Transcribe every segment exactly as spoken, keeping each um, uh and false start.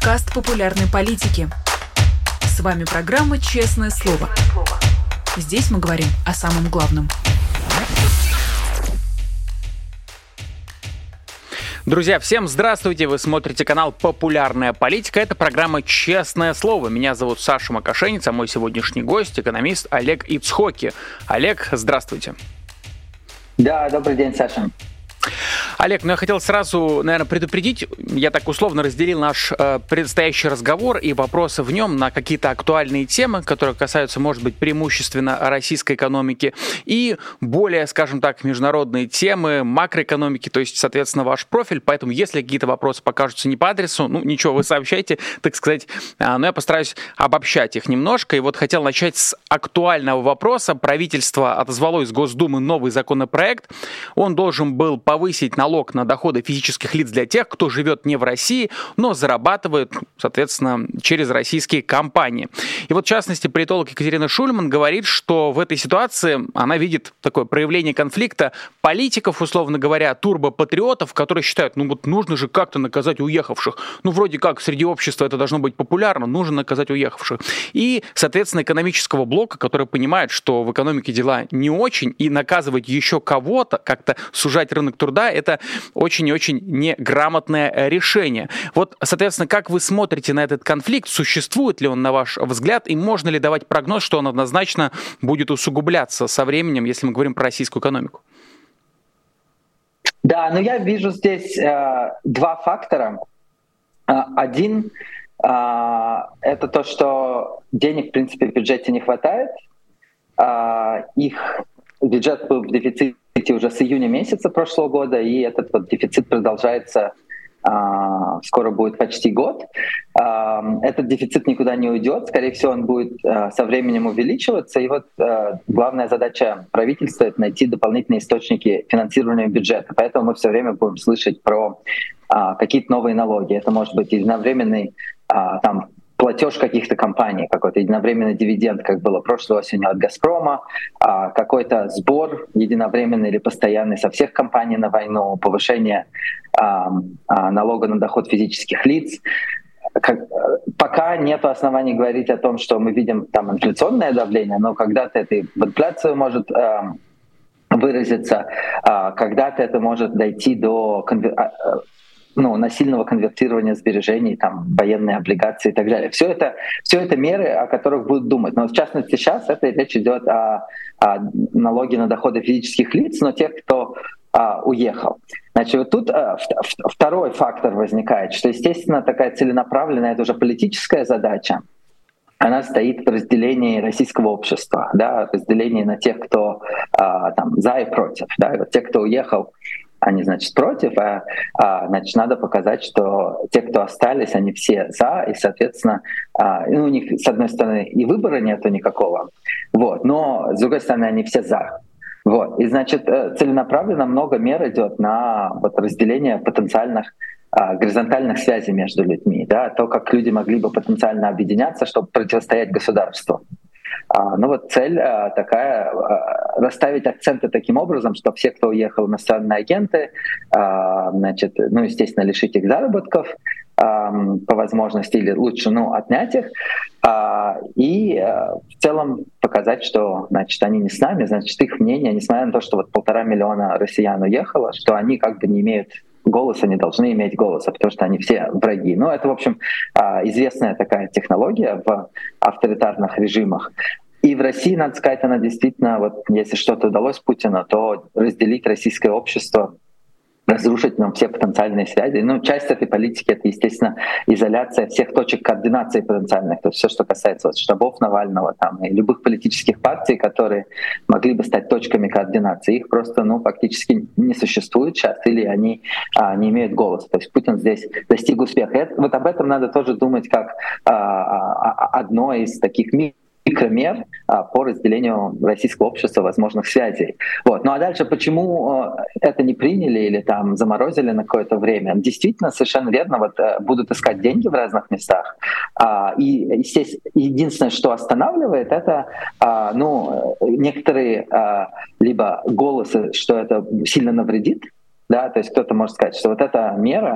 подкаст популярной политики. С вами программа «Честное слово». Здесь мы говорим о самом главном. Друзья, всем здравствуйте! Вы смотрите канал «Популярная политика». Это программа «Честное слово». Меня зовут Саша Макашенец, а мой сегодняшний гость – экономист Олег Ицхоки. Олег, здравствуйте. Да, добрый день, Саша. Олег, ну я хотел сразу, наверное, предупредить, я так условно разделил наш э, предстоящий разговор и вопросы в нем на какие-то актуальные темы, которые касаются, может быть, преимущественно российской экономики, и более, скажем так, международные темы, макроэкономики, то есть, соответственно, ваш профиль, поэтому если какие-то вопросы покажутся не по адресу, ну ничего, вы сообщайте, так сказать, э, но я постараюсь обобщать их немножко, и вот хотел начать с актуального вопроса. Правительство отозвало из Госдумы новый законопроект, он должен был повысить налог на доходы физических лиц для тех, кто живет не в России, но зарабатывает, соответственно, через российские компании. И вот, в частности, политолог Екатерина Шульман говорит, что в этой ситуации она видит такое проявление конфликта политиков, условно говоря, турбопатриотов, которые считают, ну вот нужно же как-то наказать уехавших. Ну, вроде как среди общества это должно быть популярно, нужно наказать уехавших. И, соответственно, экономического блока, который понимает, что в экономике дела не очень, и наказывать еще кого-то, как-то сужать рынок труда, это очень и очень неграмотное решение. Вот, соответственно, как вы смотрите на этот конфликт? Существует ли он, на ваш взгляд, и можно ли давать прогноз, что он однозначно будет усугубляться со временем, если мы говорим про российскую экономику? Да, но я вижу здесь э, два фактора. Э, один э, — это то, что денег, в принципе, в бюджете не хватает. Э, их бюджет был в дефиците уже с июня месяца прошлого года, и этот вот дефицит продолжается, а, скоро будет почти год. А, этот дефицит никуда не уйдет, скорее всего, он будет а, со временем увеличиваться. И вот а, главная задача правительства — это найти дополнительные источники финансирования бюджета. Поэтому мы все время будем слышать про а, какие-то новые налоги. Это может быть единовременный а, там, платеж каких-то компаний, какой-то единовременный дивиденд, как было прошлой осенью от «Газпрома», какой-то сбор единовременный или постоянный со всех компаний на войну, повышение налога на доход физических лиц. Как, пока нет оснований говорить о том, что мы видим там инфляционное давление, но когда-то это и в инфляцию может э, выразиться, э, когда-то это может дойти до конвер... ну, насильного конвертирования сбережений, там, военные облигации и так далее. Все это, все это меры, о которых будут думать. Но в частности сейчас это речь идет о, о налоге на доходы физических лиц, но тех, кто а, уехал. Значит, вот тут а, второй фактор возникает, что, естественно, такая целенаправленная, это уже политическая задача, она стоит в разделении российского общества, да, разделении на тех, кто а, там, за и против. Да, и вот те, кто уехал, они, значит, против, а, а значит, надо показать, что те, кто остались, они все за, и, соответственно, а, ну, у них, с одной стороны, и выбора нету никакого, вот, но, с другой стороны, они все за. Вот. И, значит, целенаправленно много мер идет на вот, разделение потенциальных а, горизонтальных связей между людьми, да, то, как люди могли бы потенциально объединяться, чтобы противостоять государству. А, ну вот цель а, такая а, — расставить акценты таким образом, что все, кто уехал, иностранные агенты, а, значит, ну, естественно, лишить их заработков а, по возможности или лучше, ну, отнять их, а, и а, в целом показать, что, значит, они не с нами, значит, их мнение, несмотря на то, что вот полтора миллиона россиян уехало, что они как бы не имеют голоса, не должны иметь голоса, потому что они все враги. Ну, это, в общем, известная такая технология в авторитарных режимах. И в России, надо сказать, она действительно, вот если что-то удалось Путину, то разделить российское общество, разрушить нам все потенциальные связи. Ну, часть этой политики — это, естественно, изоляция всех точек координации потенциальных, то есть все, что касается вот, штабов Навального там, и любых политических партий, которые могли бы стать точками координации. Их просто, ну, фактически не существует сейчас, или они а, не имеют голоса. То есть Путин здесь достиг успеха. Это, вот об этом надо тоже думать как а, а, одно из таких мифов, микромер а, по разделению российского общества возможных связей. Вот. Ну а дальше, почему а, это не приняли или там заморозили на какое-то время? Действительно, совершенно верно, вот а, будут искать деньги в разных местах. А, и, естественно, единственное, что останавливает, это а, ну, некоторые а, либо голосы, что это сильно навредит, да, то есть кто-то может сказать, что вот эта мера,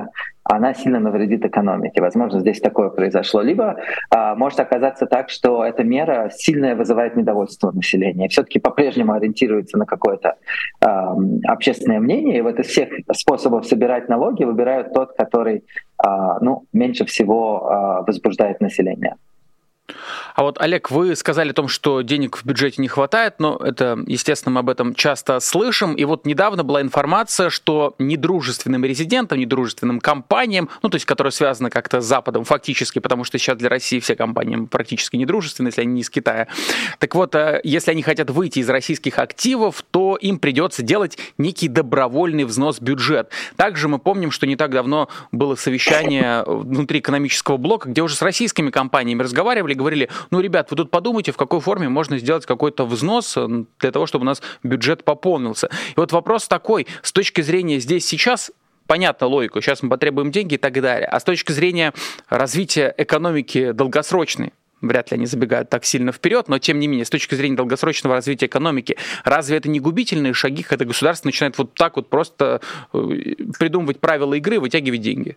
она сильно навредит экономике. Возможно, здесь такое произошло. Либо а, может оказаться так, что эта мера сильно вызывает недовольство населения. Все-таки по-прежнему ориентируется на какое-то а, общественное мнение. И вот из всех способов собирать налоги выбирают тот, который а, ну, меньше всего а, возбуждает население. А вот, Олег, вы сказали о том, что денег в бюджете не хватает, но это, естественно, мы об этом часто слышим. И вот недавно была информация, что недружественным резидентам, недружественным компаниям, ну, то есть, которые связаны как-то с Западом фактически, потому что сейчас для России все компании практически недружественны, если они не из Китая. Так вот, если они хотят выйти из российских активов, то им придется делать некий добровольный взнос в бюджет. Также мы помним, что не так давно было совещание внутри экономического блока, где уже с российскими компаниями разговаривали, говорили: ну, ребят, вы тут подумайте, в какой форме можно сделать какой-то взнос для того, чтобы у нас бюджет пополнился. И вот вопрос такой, с точки зрения здесь сейчас, понятна логика, сейчас мы потребуем деньги и так далее, а с точки зрения развития экономики долгосрочной, вряд ли они забегают так сильно вперед, но тем не менее, с точки зрения долгосрочного развития экономики, разве это не губительные шаги, когда государство начинает вот так вот просто придумывать правила игры, вытягивать деньги?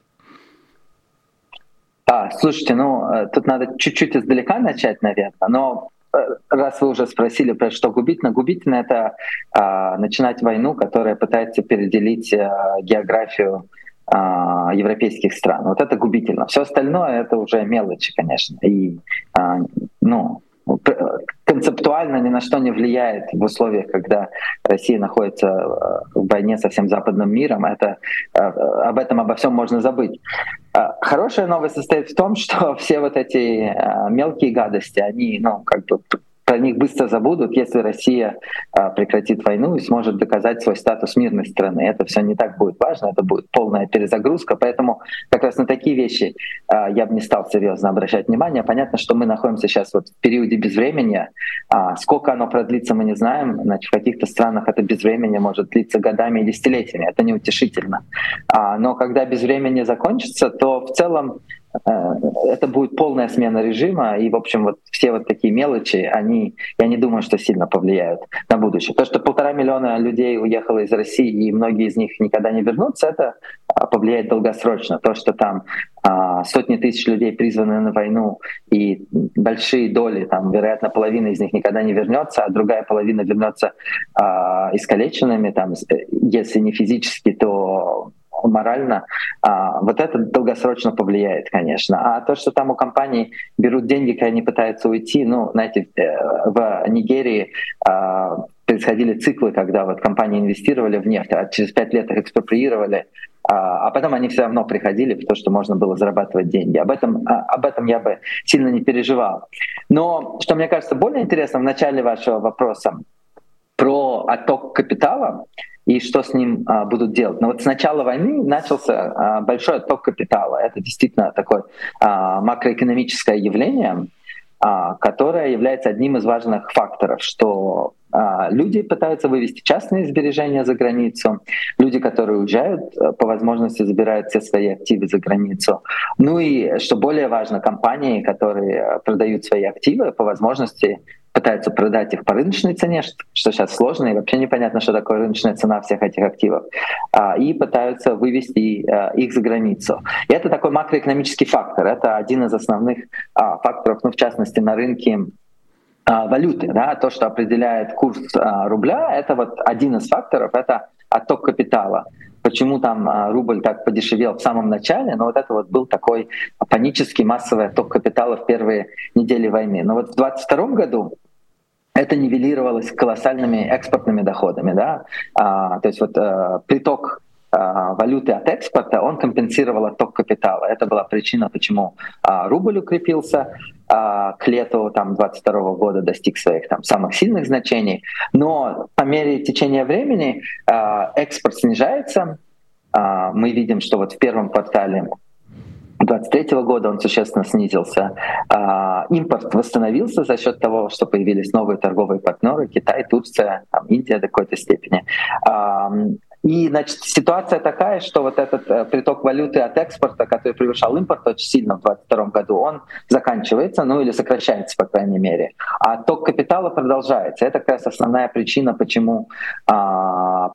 А, слушайте, ну, тут надо чуть-чуть издалека начать, наверное, но раз вы уже спросили, про что губительно, губительно — это а, начинать войну, которая пытается переделить а, географию а, европейских стран. Вот это губительно. Все остальное — это уже мелочи, конечно. И, а, ну, концептуально ни на что не влияет в условиях, когда Россия находится в войне со всем западным миром. Это, об этом, обо всем можно забыть. Хорошая новость состоит в том, что все вот эти мелкие гадости, они, ну, как бы про них быстро забудут, если Россия прекратит войну и сможет доказать свой статус мирной страны. Это все не так будет важно, это будет полная перезагрузка. Поэтому как раз на такие вещи я бы не стал серьезно обращать внимание. Понятно, что мы находимся сейчас вот в периоде безвременья. Сколько оно продлится, мы не знаем. Значит, в каких-то странах это безвременье может длиться годами и десятилетиями. Это неутешительно. Но когда безвременье закончится, то в целом это будет полная смена режима, и, в общем, вот все вот такие мелочи, они, я не думаю, что сильно повлияют на будущее. То, что полтора миллиона людей уехало из России, и многие из них никогда не вернутся, это повлияет долгосрочно. То, что там а, сотни тысяч людей призваны на войну, и большие доли, там, вероятно, половина из них никогда не вернется, а другая половина вернется а, искалеченными, там, если не физически, то морально, а, вот это долгосрочно повлияет, конечно. А то, что там у компаний берут деньги, когда они пытаются уйти, ну, знаете, в Нигерии а, происходили циклы, когда вот компании инвестировали в нефть, а через пять лет их экспроприировали, а, а потом они все равно приходили в то, что можно было зарабатывать деньги. Об этом, а, об этом я бы сильно не переживал. Но, что мне кажется более интересно в начале вашего вопроса про отток капитала и что с ним а, будут делать. Но вот с начала войны начался а, большой отток капитала. Это действительно такое а, макроэкономическое явление, а, которое является одним из важных факторов, что а, люди пытаются вывести частные сбережения за границу, люди, которые уезжают, по возможности забирают все свои активы за границу. Ну и, что более важно, компании, которые продают свои активы, по возможности пытаются продать их по рыночной цене, что сейчас сложно, и вообще непонятно, что такое рыночная цена всех этих активов, и пытаются вывести их за границу. И это такой макроэкономический фактор, это один из основных факторов, ну, в частности, на рынке валюты. Да? То, что определяет курс рубля, это вот один из факторов, это отток капитала. Почему там рубль так подешевел в самом начале, но вот это вот был такой панический массовый отток капитала в первые недели войны. Но вот в двадцать втором году это нивелировалось колоссальными экспортными доходами. Да? А, то есть вот а, приток а, валюты от экспорта, он компенсировал отток капитала. Это была причина, почему а, рубль укрепился а, к лету там, двадцать второго года, достиг своих там, самых сильных значений. Но по мере течения времени а, экспорт снижается. А, мы видим, что вот в первом квартале двадцать третьего года он существенно снизился. А, импорт восстановился за счет того, что появились новые торговые партнеры: Китай, Турция, там, Индия до какой-то степени. А, и, значит, ситуация такая, что вот этот э, приток валюты от экспорта, который превышал импорт очень сильно в двадцать втором году, он заканчивается, ну или сокращается, по крайней мере. А отток капитала продолжается. Это как раз основная причина, почему а,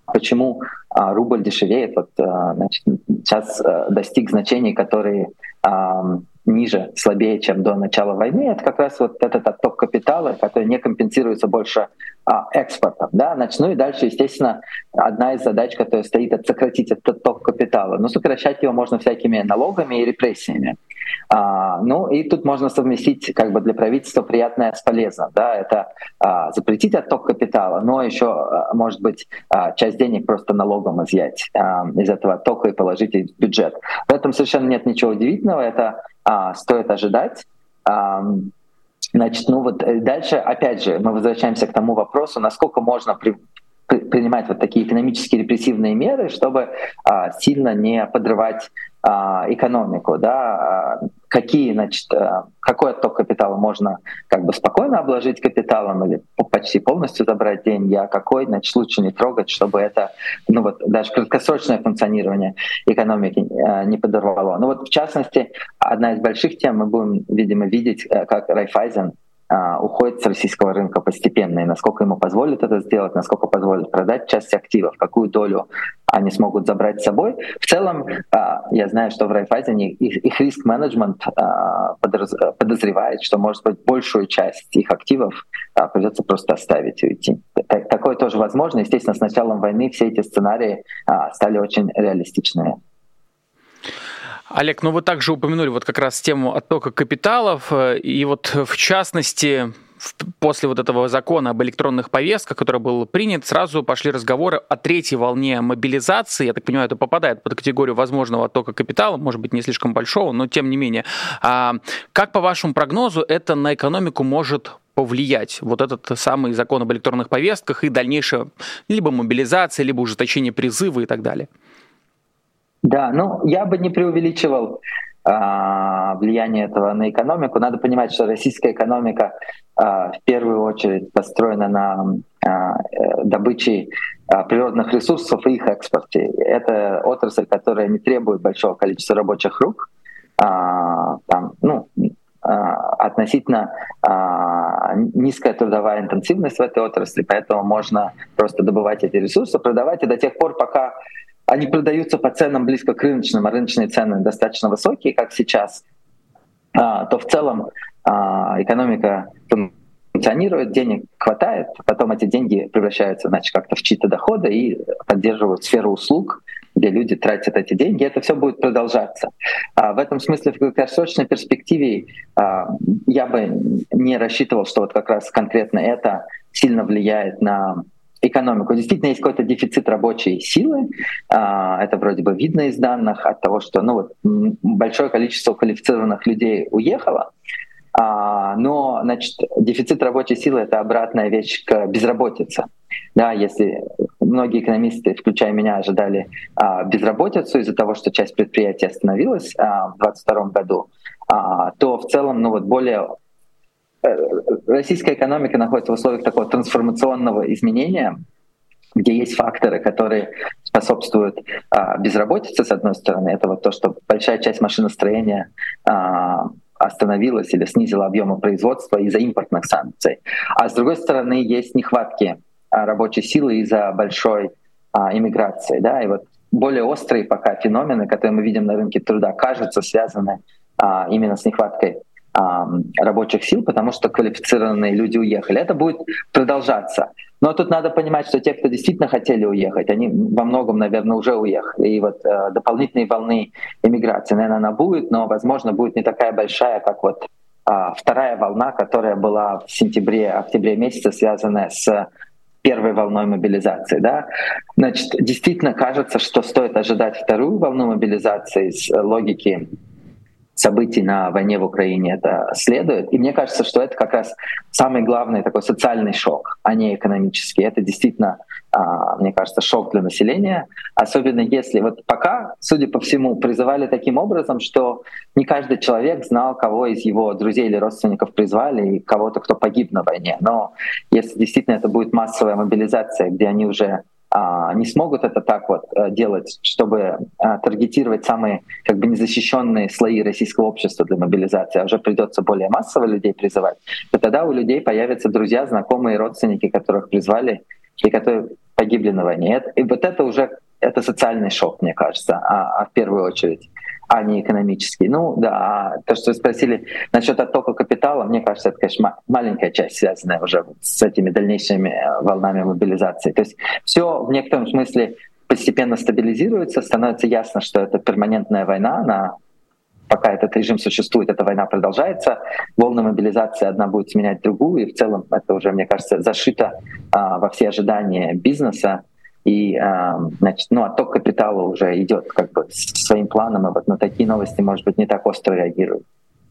почему а, рубль дешевеет. Вот, а, значит, сейчас а, достиг значений, которые а, ниже, слабее, чем до начала войны. Это как раз вот этот отток капитала, который не компенсируется больше а, экспортом. Да? Значит, ну и дальше, естественно, одна из задач, которая стоит, это сократить этот отток капитала. Но сокращать его можно всякими налогами и репрессиями. А, ну и тут можно совместить как бы для правительства приятное с полезным. Да? Это а, запретить отток капитала, но еще, а, может быть, а, часть денег просто налогом изъять а, из этого оттока и положить их в бюджет. В этом совершенно нет ничего удивительного, это а, стоит ожидать. А, значит, ну вот дальше, опять же, мы возвращаемся к тому вопросу, насколько можно при, при, принимать вот такие экономические репрессивные меры, чтобы а, сильно не подрывать а, экономику, да, какие, значит, а, какой отток капитала можно как бы спокойно обложить капиталом или почти полностью забрать деньги, а какой, значит, лучше не трогать, чтобы это, ну вот даже краткосрочное функционирование экономики а, не подорвало. Ну вот в частности, одна из больших тем мы будем, видимо, видеть, как Райффайзен Uh, уходит с российского рынка постепенно, и насколько ему позволит это сделать, насколько позволит продать часть активов, какую долю они смогут забрать с собой. В целом, uh, я знаю, что в Райффайзене их, их риск-менеджмент uh, подоз, подозревает, что, может быть, большую часть их активов uh, придется просто оставить и уйти. Так, такое тоже возможно. Естественно, с началом войны все эти сценарии uh, стали очень реалистичными. Олег, ну вы также упомянули вот как раз тему оттока капиталов, и вот в частности после вот этого закона об электронных повестках, который был принят, сразу пошли разговоры о третьей волне мобилизации. Я так понимаю, это попадает под категорию возможного оттока капитала, может быть, не слишком большого, но тем не менее. А как по вашему прогнозу это на экономику может повлиять, вот этот самый закон об электронных повестках и дальнейшая либо мобилизация, либо ужесточение призыва и так далее? Да, ну я бы не преувеличивал а, влияние этого на экономику. Надо понимать, что российская экономика а, в первую очередь построена на а, добыче а, природных ресурсов и их экспорте. Это отрасль, которая не требует большого количества рабочих рук, а, там, ну, а, относительно а, низкая трудовая интенсивность в этой отрасли, поэтому можно просто добывать эти ресурсы, продавать, и до тех пор, пока они продаются по ценам близко к рыночным, а рыночные цены достаточно высокие, как сейчас, то в целом экономика функционирует, денег хватает, потом эти деньги превращаются, значит, как-то в чьи-то доходы и поддерживают сферу услуг, где люди тратят эти деньги. Это все будет продолжаться. В этом смысле в краткосрочной перспективе я бы не рассчитывал, что вот как раз конкретно это сильно влияет на экономику. Действительно, есть какой-то дефицит рабочей силы. Это вроде бы видно из данных от того, что ну, вот, большое количество квалифицированных людей уехало. Но значит, дефицит рабочей силы — это обратная вещь к безработице. Да, если многие экономисты, включая меня, ожидали безработицу из-за того, что часть предприятий остановилась в двадцать втором году, то в целом ну, вот более российская экономика находится в условиях такого трансформационного изменения, где есть факторы, которые способствуют а, безработице, с одной стороны. Это вот то, что большая часть машиностроения а, остановилась или снизила объемы производства из-за импортных санкций. А с другой стороны, есть нехватки а, рабочей силы из-за большой а, иммиграции. Да? И вот более острые пока феномены, которые мы видим на рынке труда, кажутся связаны а, именно с нехваткой рабочих сил, потому что квалифицированные люди уехали. Это будет продолжаться. Но тут надо понимать, что те, кто действительно хотели уехать, они во многом, наверное, уже уехали. И вот э, дополнительные волны эмиграции, наверное, она будет, но, возможно, будет не такая большая, как вот э, вторая волна, которая была в сентябре-октябре месяце, связанная с первой волной мобилизации. Да? Значит, действительно кажется, что стоит ожидать вторую волну мобилизации с логики событий на войне в Украине это следует. И мне кажется, что это как раз самый главный такой социальный шок, а не экономический. Это действительно, мне кажется, шок для населения. Особенно если вот пока, судя по всему, призывали таким образом, что не каждый человек знал, кого из его друзей или родственников призвали, и кого-то, кто погиб на войне. Но если действительно это будет массовая мобилизация, где они уже не смогут это так вот делать, чтобы таргетировать самые как бы незащищенные слои российского общества для мобилизации, а уже придется более массово людей призывать, то тогда у людей появятся друзья, знакомые, родственники, которых призвали, и которые погибли на войне. И вот это уже это социальный шок, мне кажется, а, а в первую очередь, а не экономический. Ну да, то, что вы спросили насчет оттока капитала, мне кажется, это, конечно, маленькая часть, связанная уже с этими дальнейшими волнами мобилизации. То есть все в некотором смысле постепенно стабилизируется, становится ясно, что это перманентная война, она, пока этот режим существует, эта война продолжается, волна мобилизации одна будет сменять другую, и в целом это уже, мне кажется, зашито а, во все ожидания бизнеса, и а, значит, ну, отток капитала уже идет как бы своим планом, и вот на такие новости, может быть, не так остро реагируют.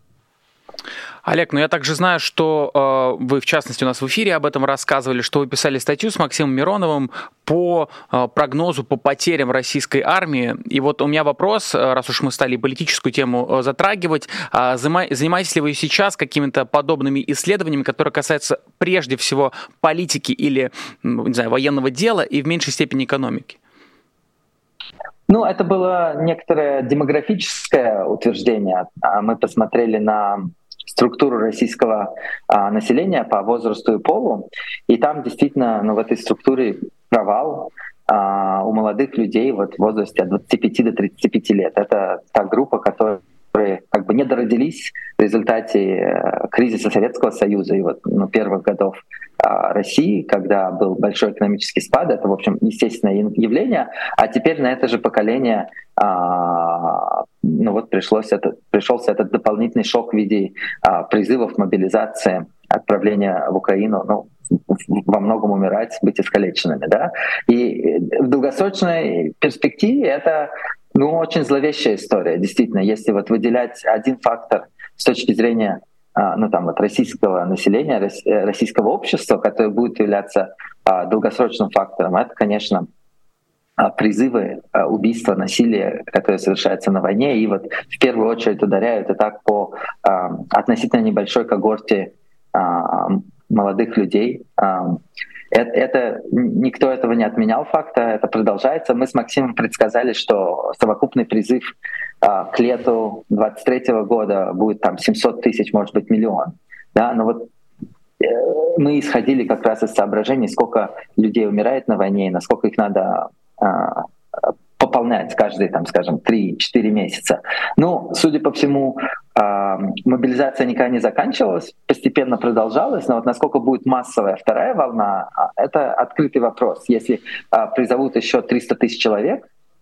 Олег, ну я также знаю, что э, вы, в частности, у нас в эфире об этом рассказывали, что вы писали статью с Максимом Мироновым по э, прогнозу по потерям российской армии. И вот у меня вопрос, раз уж мы стали политическую тему э, затрагивать, э, занимаетесь ли вы сейчас какими-то подобными исследованиями, которые касаются прежде всего политики или, не знаю, военного дела и в меньшей степени экономики? Ну, это было некоторое демографическое утверждение. Мы посмотрели на структуру российского а, населения по возрасту и полу, и там действительно, ну, в этой структуре провал а, у молодых людей вот в возрасте от двадцати пяти до тридцати пяти лет. Это та группа, которая как бы не дородились в результате э, кризиса Советского Союза и вот, ну, первых годов э, России, когда был большой экономический спад. Это, в общем, естественное явление. А теперь на это же поколение э, ну, вот пришлось этот, пришелся этот дополнительный шок в виде э, призывов мобилизации, отправления в Украину, ну, во многом умирать, быть искалеченными. Да? И в долгосрочной перспективе это, ну, очень зловещая история, действительно. Если вот выделять один фактор с точки зрения, ну, там, вот российского населения, российского общества, который будет являться долгосрочным фактором, это, конечно, призывы, убийства, насилие, которые совершаются на войне, и вот в первую очередь ударяют и так по относительно небольшой когорте молодых людей. Это, это никто этого не отменял факта, это продолжается. Мы с Максимом предсказали, что совокупный призыв а, к лету двадцать третьего года будет там семьсот тысяч, может быть, миллион. Да? Но вот э, мы исходили как раз из соображений, сколько людей умирает на войне и насколько их надо а, пополнять каждые, там, скажем, три-четыре месяца. Ну, судя по всему, мобилизация никогда не заканчивалась, постепенно продолжалась, но вот насколько будет массовая вторая волна, это открытый вопрос. Если призовут еще триста тысяч человек,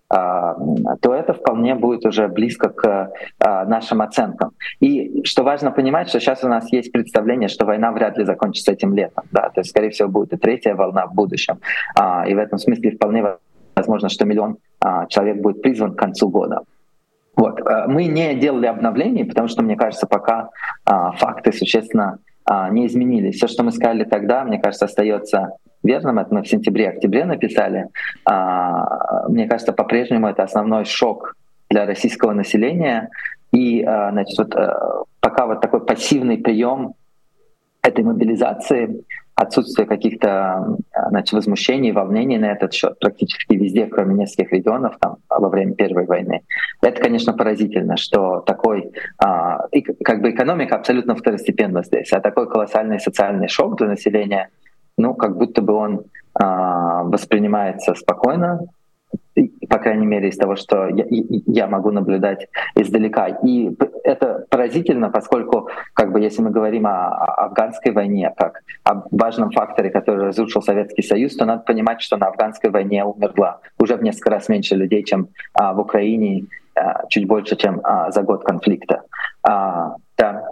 то это вполне будет уже близко к нашим оценкам. И что важно понимать, что сейчас у нас есть представление, что война вряд ли закончится этим летом. Да? То есть, скорее всего, будет и третья волна в будущем. И в этом смысле вполне возможно, что миллион человек будет призван к концу года. Вот. Мы не делали обновлений, потому что, мне кажется, пока а, факты существенно а, не изменились. Все, что мы сказали тогда, мне кажется, остается верным. Это мы в сентябре-октябре написали. А, мне кажется, по-прежнему это основной шок для российского населения. И а, значит, вот, а, пока вот такой пассивный прием этой мобилизации, отсутствие каких-то, значит, возмущений, волнений на этот счет практически везде, кроме нескольких регионов там, во время Первой войны. Это, конечно, поразительно, что такой, а, и, как бы экономика абсолютно второстепенна здесь, а такой колоссальный социальный шок для населения, ну, как будто бы он а, воспринимается спокойно, по крайней мере, из того, что я, я могу наблюдать издалека. И это поразительно, поскольку, как бы, если мы говорим о, о афганской войне как о важном факторе, который разрушил Советский Союз, то надо понимать, что на афганской войне умерло уже в несколько раз меньше людей, чем а, в Украине, а, чуть больше, чем а, за год конфликта. А, да.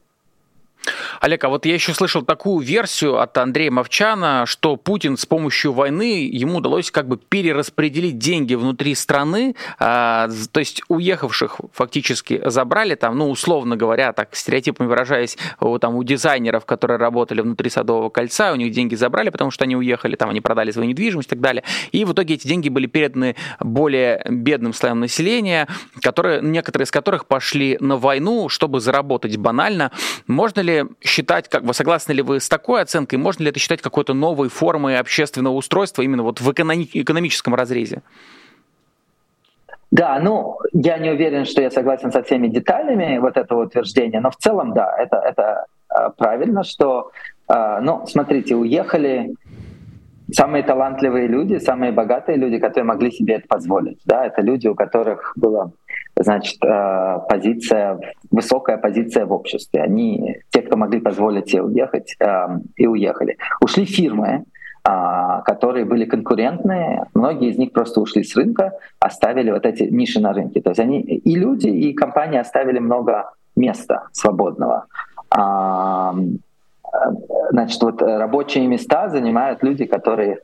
Олег, а вот я еще слышал такую версию от Андрея Мовчана, что Путин с помощью войны, ему удалось как бы перераспределить деньги внутри страны, а, то есть уехавших фактически забрали, там, ну, условно говоря, так стереотипами выражаясь, у, там, у дизайнеров, которые работали внутри Садового кольца, у них деньги забрали, потому что они уехали, там, они продали свою недвижимость и так далее, и в итоге эти деньги были переданы более бедным слоям населения, которые, некоторые из которых пошли на войну, чтобы заработать банально. Можно ли считать, как бы, согласны ли вы с такой оценкой, можно ли это считать какой-то новой формой общественного устройства именно вот в экономи- экономическом разрезе? Да, ну, я не уверен, что я согласен со всеми деталями вот этого утверждения, но в целом, да, это, это правильно, что, ну, смотрите, уехали самые талантливые люди, самые богатые люди, которые могли себе это позволить. Да, это люди, у которых была, значит, позиция, высокая позиция в обществе. Они, те, кто могли позволить себе уехать, и уехали. Ушли фирмы, которые были конкурентные, многие из них просто ушли с рынка, оставили вот эти ниши на рынке. То есть они и люди, и компании оставили много места свободного. Значит, вот рабочие места занимают люди, которые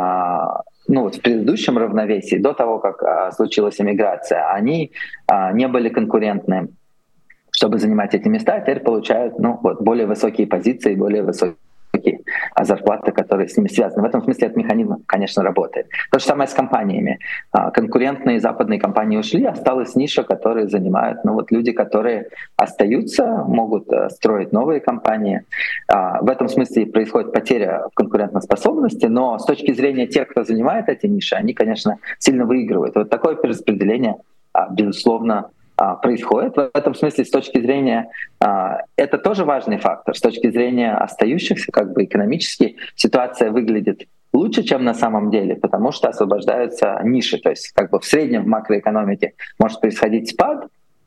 ну, вот в предыдущем равновесии, до того, как случилась эмиграция, они не были конкурентны, чтобы занимать эти места, а теперь получают ну, вот, более высокие позиции, более высокие зарплаты, которые с ними связаны. В этом смысле этот механизм, конечно, работает. То же самое с компаниями. Конкурентные западные компании ушли, осталась ниша, которую занимают ну, вот люди, которые остаются, могут строить новые компании. В этом смысле происходит потеря конкурентоспособности, но с точки зрения тех, кто занимает эти ниши, они, конечно, сильно выигрывают. Вот такое перераспределение, безусловно, происходит. В этом смысле, с точки зрения, это тоже важный фактор. С точки зрения остающихся, как бы экономически, ситуация выглядит лучше, чем на самом деле, потому что освобождаются ниши. То есть как бы в среднем в макроэкономике может происходить спад,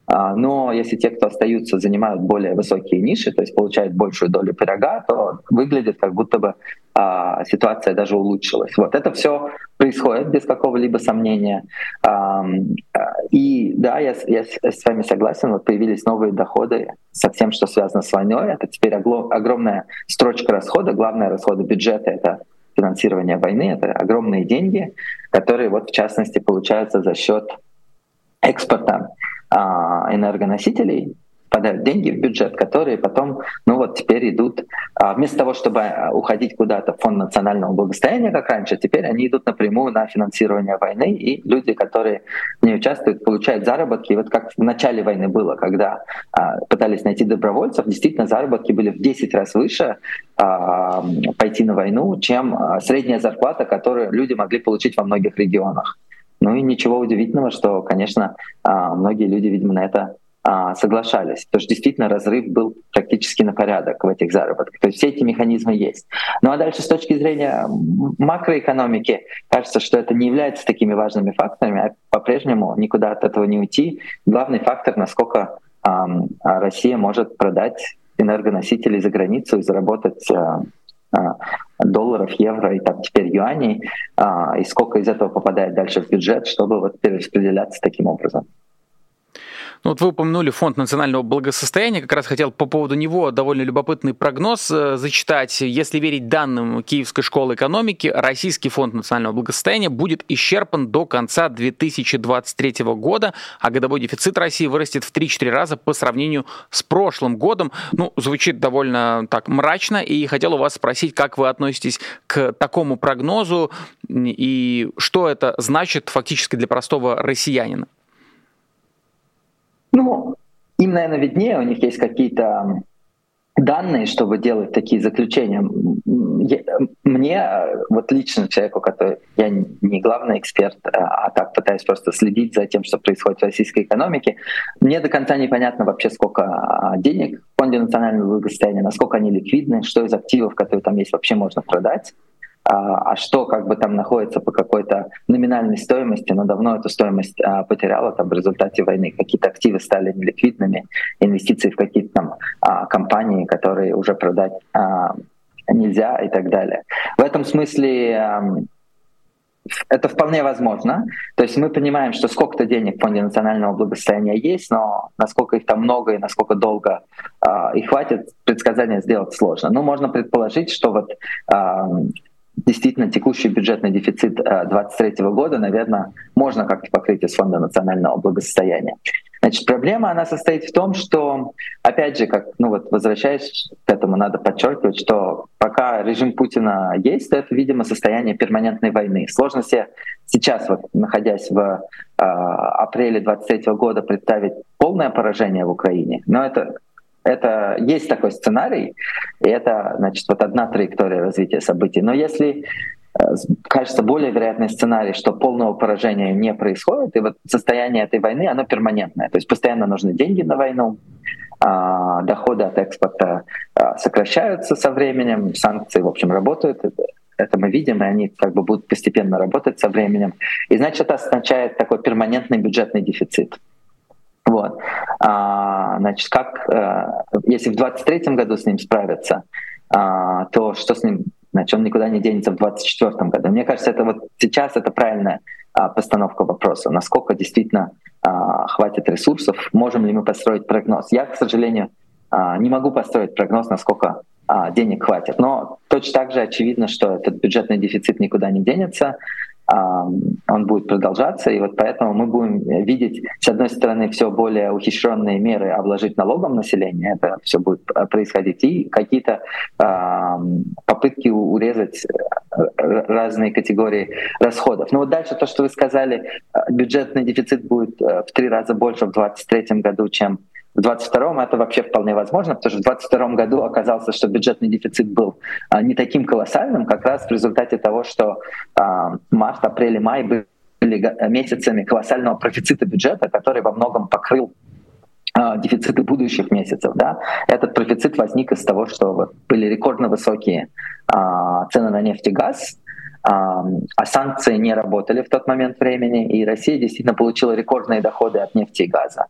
но если те, кто остаются, занимают более высокие ниши, то есть получают большую долю пирога, то выглядит как будто бы а, ситуация даже улучшилась. Вот это все происходит без какого-либо сомнения. А, и да, я, я с вами согласен, вот появились новые доходы со всем, что связано с войной. Это теперь огромная строчка расхода, главные расходы бюджета — это финансирование войны, это огромные деньги, которые вот в частности получаются за счет экспорта энергоносителей, попадают деньги в бюджет, которые потом, ну вот теперь идут, вместо того, чтобы уходить куда-то в фонд национального благосостояния, как раньше, теперь они идут напрямую на финансирование войны, и люди, которые в ней участвуют, получают заработки. И вот как в начале войны было, когда пытались найти добровольцев, действительно заработки были в десять раз выше пойти на войну, чем средняя зарплата, которую люди могли получить во многих регионах. Ну и ничего удивительного, что, конечно, многие люди, видимо, на это соглашались, потому что действительно разрыв был практически на порядок в этих заработках. То есть все эти механизмы есть. Ну а дальше с точки зрения макроэкономики, кажется, что это не является такими важными факторами, а по-прежнему никуда от этого не уйти. Главный фактор, насколько Россия может продать энергоносители за границу и заработать долларов, евро и там теперь юаней, а, и сколько из этого попадает дальше в бюджет, чтобы вот перераспределяться таким образом. Ну вот вы упомянули Фонд национального благосостояния, как раз хотел по поводу него довольно любопытный прогноз э, зачитать. Если верить данным Киевской школы экономики, Российский фонд национального благосостояния будет исчерпан до конца две тысячи двадцать третьего года, а годовой дефицит России вырастет в три-четыре раза по сравнению с прошлым годом. Ну, звучит довольно так мрачно, и хотел у вас спросить, как вы относитесь к такому прогнозу и что это значит фактически для простого россиянина? Ну, им, наверное, виднее, у них есть какие-то данные, чтобы делать такие заключения. Мне, вот лично человеку, который я не главный эксперт, а так пытаюсь просто следить за тем, что происходит в российской экономике, мне до конца непонятно вообще, сколько денег в Фонде национального благосостояния, насколько они ликвидны, что из активов, которые там есть, вообще можно продать. А что как бы там находится по какой-то номинальной стоимости, но давно эту стоимость а, потеряла там в результате войны. Какие-то активы стали неликвидными, инвестиции в какие-то там а, компании, которые уже продать а, нельзя и так далее. В этом смысле а, это вполне возможно. То есть мы понимаем, что сколько-то денег в Фонде национального благосостояния есть, но насколько их там много и насколько долго а, их хватит, предсказание сделать сложно. Но можно предположить, что вот а, действительно текущий бюджетный дефицит две тысячи двадцать третьего года, наверное, можно как-то покрыть из Фонда национального благосостояния. Значит, проблема, она состоит в том, что, опять же, как, ну вот, возвращаясь к этому, надо подчеркивать, что пока режим Путина есть, то это, видимо, состояние перманентной войны. Сложно себе сейчас, вот, находясь в э, апреле двадцать третьего года, представить полное поражение в Украине, но это Это есть такой сценарий, и это, значит, вот одна траектория развития событий. Но если, кажется, более вероятный сценарий, что полного поражения не происходит, и вот состояние этой войны, оно перманентное. То есть постоянно нужны деньги на войну, доходы от экспорта сокращаются со временем, санкции, в общем, работают, это мы видим, и они как бы будут постепенно работать со временем. И значит, это означает такой перманентный бюджетный дефицит. Вот. А, значит, как, а, если в двадцать третьем году с ним справиться, а, то что с ним? Значит, он никуда не денется в двадцать четвёртом году. Мне кажется, это вот сейчас это правильная а, постановка вопроса, насколько действительно а, хватит ресурсов, можем ли мы построить прогноз. Я, к сожалению, а, не могу построить прогноз, насколько а, денег хватит. Но точно так же очевидно, что этот бюджетный дефицит никуда не денется, а, он будет продолжаться, и вот поэтому мы будем видеть, с одной стороны, все более ухищренные меры обложить налогом население, это все будет происходить, и какие-то а, попытки урезать разные категории расходов. Но вот дальше то, что вы сказали, бюджетный дефицит будет в три раза больше в двадцать третьем году, чем в двадцать втором, это вообще вполне возможно, потому что в двадцать втором году оказалось, что бюджетный дефицит был а, не таким колоссальным, как раз в результате того, что а, март, апрель и май были месяцами колоссального профицита бюджета, который во многом покрыл а, дефициты будущих месяцев. Да? Этот профицит возник из того, что вот, были рекордно высокие а, цены на нефть и газ, а, а санкции не работали в тот момент времени, и Россия действительно получила рекордные доходы от нефти и газа.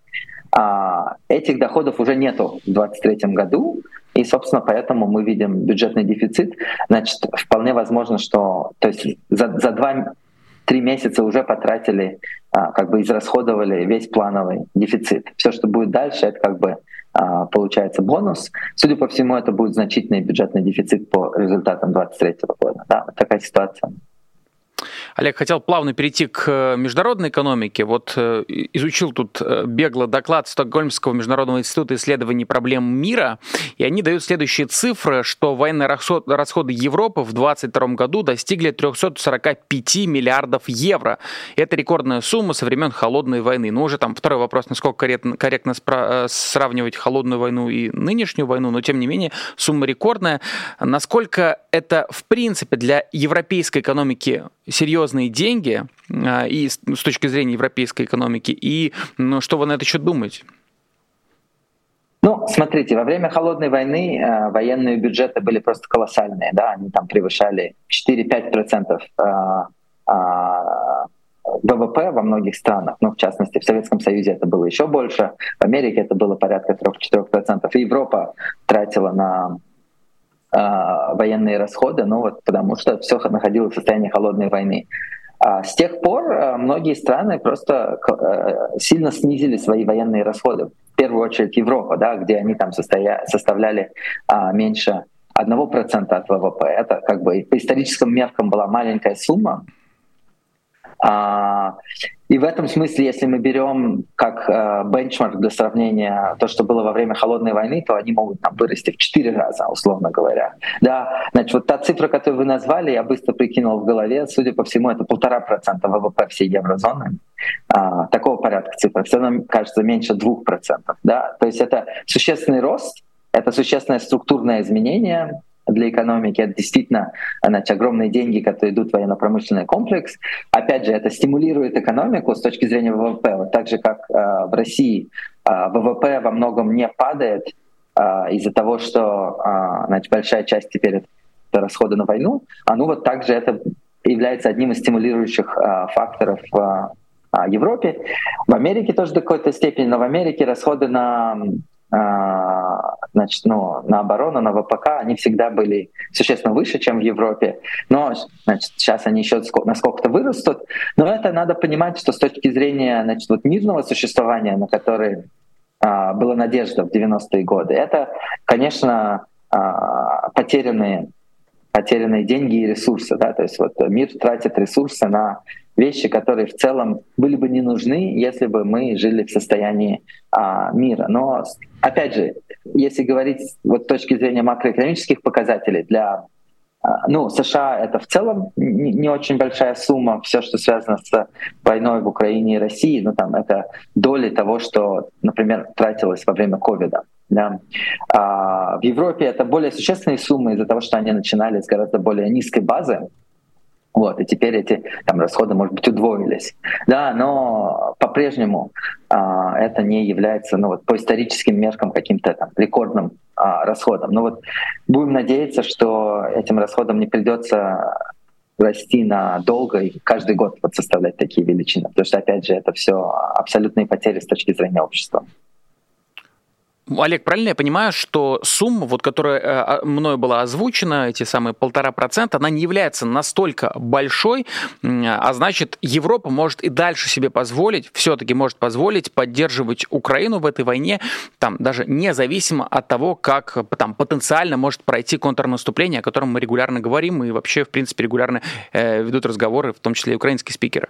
А этих доходов уже нету в двадцать третьем году, и, собственно, поэтому мы видим бюджетный дефицит. Значит, вполне возможно, что то есть за, за два-три месяца уже потратили, а, как бы израсходовали весь плановый дефицит. Все, что будет дальше, это как бы а, получается бонус. Судя по всему, это будет значительный бюджетный дефицит по результатам двадцать третьего года. Да, вот такая ситуация. Олег, хотел плавно перейти к международной экономике. Вот э, изучил тут э, бегло доклад Стокгольмского международного института исследований проблем мира, и они дают следующие цифры, что военные расходы Европы в двадцать втором году достигли триста сорок пять миллиардов евро. Это рекордная сумма со времен Холодной войны. Но уже там второй вопрос, насколько корректно, корректно спра- сравнивать Холодную войну и нынешнюю войну, но тем не менее сумма рекордная. Насколько это в принципе для европейской экономики серьезные деньги и с точки зрения европейской экономики, и ну, что вы на это счет думаете? Ну, смотрите, во время Холодной войны э, военные бюджеты были просто колоссальные, да, они там превышали четыре-пять процентов э, э, ВВП во многих странах, ну, в частности, в Советском Союзе это было еще больше, в Америке это было порядка три-четыре процента, и Европа тратила на военные расходы, ну вот потому что все находилось в состоянии холодной войны. А с тех пор многие страны просто сильно снизили свои военные расходы. В первую очередь Европа, да, где они там состоя... составляли а, меньше одного процента от ВВП. Это как бы по историческим меркам была маленькая сумма. А, и в этом смысле, если мы берем как э, бенчмарк для сравнения то, что было во время Холодной войны, то они могут там вырасти в четыре раза, условно говоря. Да, значит, вот та цифра, которую вы назвали, я быстро прикинул в голове, судя по всему, это полтора процента ВВП всей еврозоны. А, такого порядка цифра. Все равно кажется меньше двух процентов. Да? То есть это существенный рост, это существенное структурное изменение для экономики. Это действительно, значит, огромные деньги, которые идут в военно-промышленный комплекс. Опять же, это стимулирует экономику с точки зрения ВВП. Вот так же, как э, в России э, ВВП во многом не падает э, из-за того, что э, значит, большая часть теперь это расходы на войну. А ну вот также это является одним из стимулирующих э, факторов в э, Европе. В Америке тоже до какой-то степени, но в Америке расходы на Значит, ну, на оборону, на ВПК, они всегда были существенно выше, чем в Европе. Но значит, сейчас они еще насколько-то вырастут. Но это надо понимать, что с точки зрения значит, вот мирного существования, на которое а, была надежда в девяностые годы, это, конечно, а, потерянные, потерянные деньги и ресурсы. Да? То есть вот мир тратит ресурсы на вещи, которые в целом были бы не нужны, если бы мы жили в состоянии а, мира. Но, опять же, если говорить вот с точки зрения макроэкономических показателей, для а, ну, США это в целом не, не очень большая сумма, все, что связано с войной в Украине и России, ну, там, это доли того, что, например, тратилось во время ковида. Да. А, в Европе это более существенные суммы из-за того, что они начинали с гораздо более низкой базы. Вот, и теперь эти там, расходы, может быть, удвоились. Да, но по-прежнему а, это не является ну, вот, по историческим меркам каким-то там, рекордным а, расходам. Но вот будем надеяться, что этим расходам не придется расти надолго и каждый год вот составлять такие величины. Потому что, опять же, это все абсолютные потери с точки зрения общества. Олег, правильно я понимаю, что сумма, вот, которая мною была озвучена, эти самые полтора процента, она не является настолько большой, а значит, Европа может и дальше себе позволить, все-таки может позволить поддерживать Украину в этой войне, там, даже независимо от того, как там, потенциально может пройти контрнаступление, о котором мы регулярно говорим, и вообще, в принципе, регулярно э, ведут разговоры, в том числе и украинские спикеры.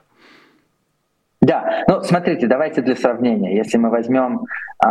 Да, ну смотрите, давайте для сравнения. Если мы возьмем,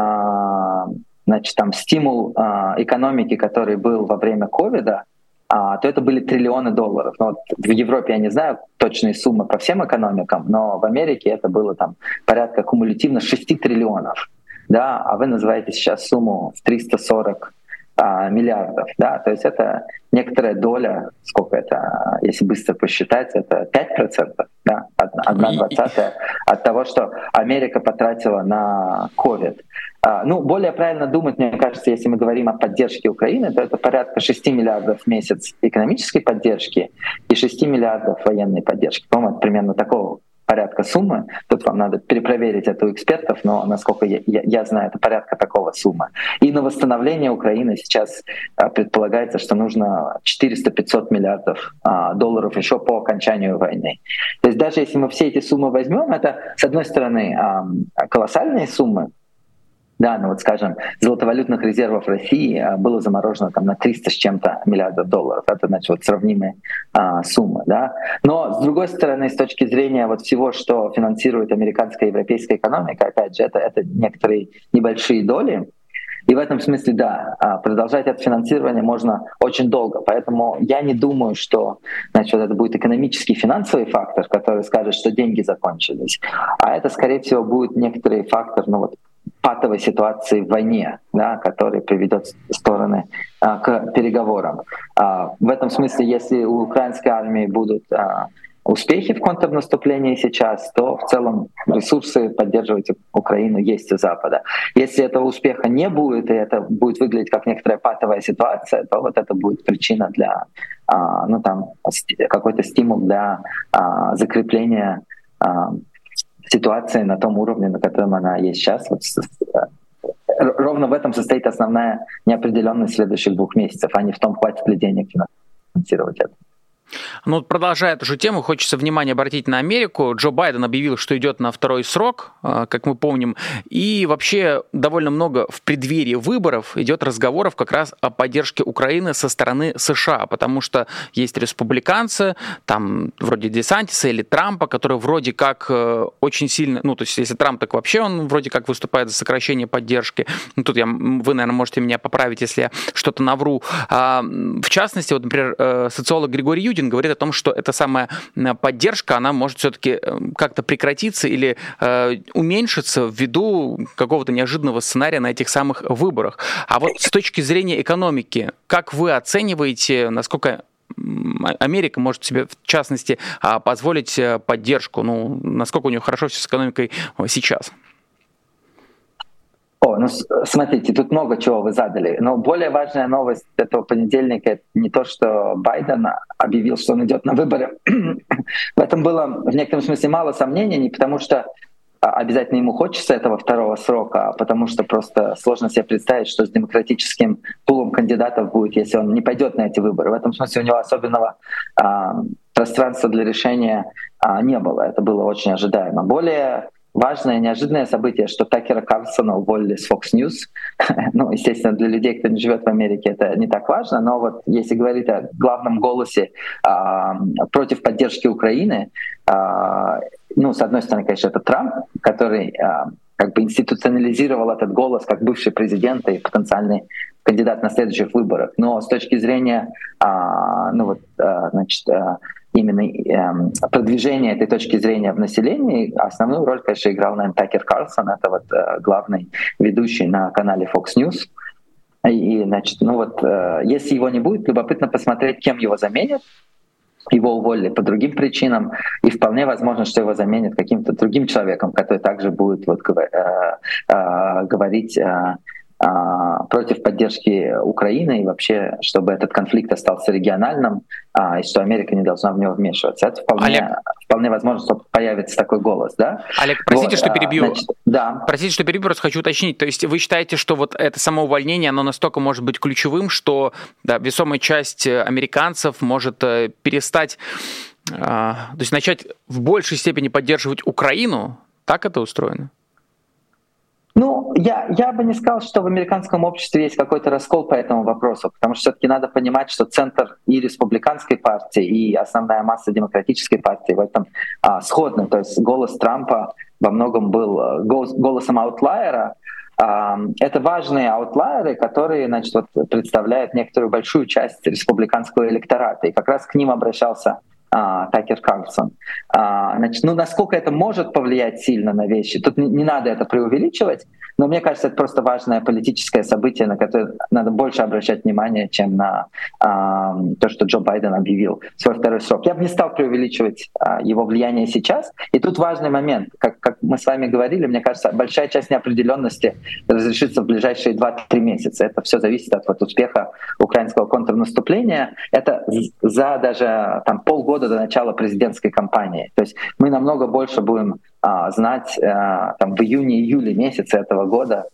а, значит, там стимул а, экономики, который был во время ковида, а, то это были триллионы долларов. Но вот в Европе я не знаю точные суммы по всем экономикам, но в Америке это было там порядка кумулятивно шесть триллионов. Да, а вы называете сейчас сумму в триста сорок а, миллиардов. Да, то есть это некоторая доля, сколько это, если быстро посчитать, это пять процентов, да, одна двадцатая от того, что Америка потратила на ковид. А, ну, более правильно думать, мне кажется, если мы говорим о поддержке Украины, то это порядка шесть миллиардов в месяц экономической поддержки и шесть миллиардов военной поддержки. По-моему, это примерно такого порядка суммы. Тут вам надо перепроверить это у экспертов, но, насколько я, я, я знаю, это порядка такого суммы. И на восстановление Украины сейчас а, предполагается, что нужно четыреста-пятьсот миллиардов а, долларов еще по окончанию войны. То есть даже если мы все эти суммы возьмем, это, с одной стороны, а, колоссальные суммы. Да, ну вот, скажем, золотовалютных резервов России было заморожено там на триста с чем-то миллиардов долларов. Это, значит, вот сравнимые а, суммы, да. Но, с другой стороны, с точки зрения вот всего, что финансирует американская и европейская экономика, опять же, это, это некоторые небольшие доли. И в этом смысле, да, продолжать это финансирование можно очень долго. Поэтому я не думаю, что, значит, это будет экономический, финансовый фактор, который скажет, что деньги закончились. А это, скорее всего, будет некоторый фактор, ну вот, патовой ситуации в войне, да, который приведет стороны а, к переговорам. А, в этом смысле, если у украинской армии будут а, успехи в контрнаступлении сейчас, то в целом ресурсы поддерживать Украину есть у Запада. Если этого успеха не будет, и это будет выглядеть как некоторая патовая ситуация, то вот это будет причина для, а, ну там, какой-то стимул для а, закрепления а, ситуации на том уровне, на котором она есть сейчас. Вот, ровно в этом состоит основная неопределенность следующих двух месяцев, а не в том, хватит ли денег финансировать это. Ну, продолжая эту же тему, хочется внимание обратить на Америку. Джо Байден объявил, что идет на второй срок, как мы помним, и вообще довольно много в преддверии выборов идет разговоров как раз о поддержке Украины со стороны США, потому что есть республиканцы, там вроде Десантиса или Трампа, которые вроде как очень сильно, ну, то есть если Трамп, так вообще он вроде как выступает за сокращение поддержки. Ну, тут я, вы, наверное, можете меня поправить, если я что-то навру. А, в частности, вот, например, социолог Григорий Юдин говорит о том, что эта самая поддержка, она может все-таки как-то прекратиться или э, уменьшиться ввиду какого-то неожиданного сценария на этих самых выборах. А вот с точки зрения экономики, как вы оцениваете, насколько Америка может себе, в частности, позволить поддержку? Ну, насколько у нее хорошо все с экономикой сейчас? О, ну смотрите, тут много чего вы задали. Но более важная новость этого понедельника — это не то, что Байден объявил, что он идет на выборы. В этом было в некотором смысле мало сомнений, не потому что обязательно ему хочется этого второго срока, а потому что просто сложно себе представить, что с демократическим пулом кандидатов будет, если он не пойдет на эти выборы. В этом смысле у него особенного а, пространства для решения а, не было. Это было очень ожидаемо. Более важное, неожиданное событие, что Такера Карлсона уволили с Fox News. Ну, естественно, для людей, кто не живет в Америке, это не так важно, но вот если говорить о главном голосе а, против поддержки Украины, а, ну, с одной стороны, конечно, это Трамп, который а, как бы институционализировал этот голос как бывший президент и потенциальный кандидат на следующих выборах. Но с точки зрения, а, ну вот, а, значит, а, именно э, продвижение этой точки зрения в населении, основную роль, конечно, играл, наверное, Такер Карлсон, это вот э, главный ведущий на канале Fox News. И, значит, ну вот, э, если его не будет, любопытно посмотреть, кем его заменят. Его уволили по другим причинам, и вполне возможно, что его заменят каким-то другим человеком, который также будет вот, э, э, говорить э, э, против поддержки Украины и вообще, чтобы этот конфликт остался региональным, а, и что Америка не должна в него вмешиваться. Это вполне, Олег, вполне возможно, что появится такой голос, да? Олег, простите, вот, что перебью. Значит, да. Простите, что перебью, просто хочу уточнить. То есть вы считаете, что вот это само увольнение, оно настолько может быть ключевым, что да, весомая часть американцев может перестать, то есть начать в большей степени поддерживать Украину? Так это устроено? Ну, я, я бы не сказал, что в американском обществе есть какой-то раскол по этому вопросу, потому что все-таки надо понимать, что центр и республиканской партии, и основная масса демократической партии в этом а, сходны. То есть голос Трампа во многом был голос, голосом аутлайера. А, это важные аутлайеры, которые, значит, вот, представляют некоторую большую часть республиканского электората. И как раз к ним обращался А, Такер Карлсон. А, значит, ну, насколько это может повлиять сильно на вещи, тут не, не надо это преувеличивать, но мне кажется, это просто важное политическое событие, на которое надо больше обращать внимание, чем на а, то, что Джо Байден объявил свой второй срок. Я бы не стал преувеличивать а, его влияние сейчас. И тут важный момент. Как, как мы с вами говорили, мне кажется, большая часть неопределенности разрешится в ближайшие два-три месяца. Это все зависит от вот, успеха украинского контрнаступления. Это за даже там, полгода до начала президентской кампании. То есть мы намного больше будем а, знать а, там, в июне-июле месяце этого года.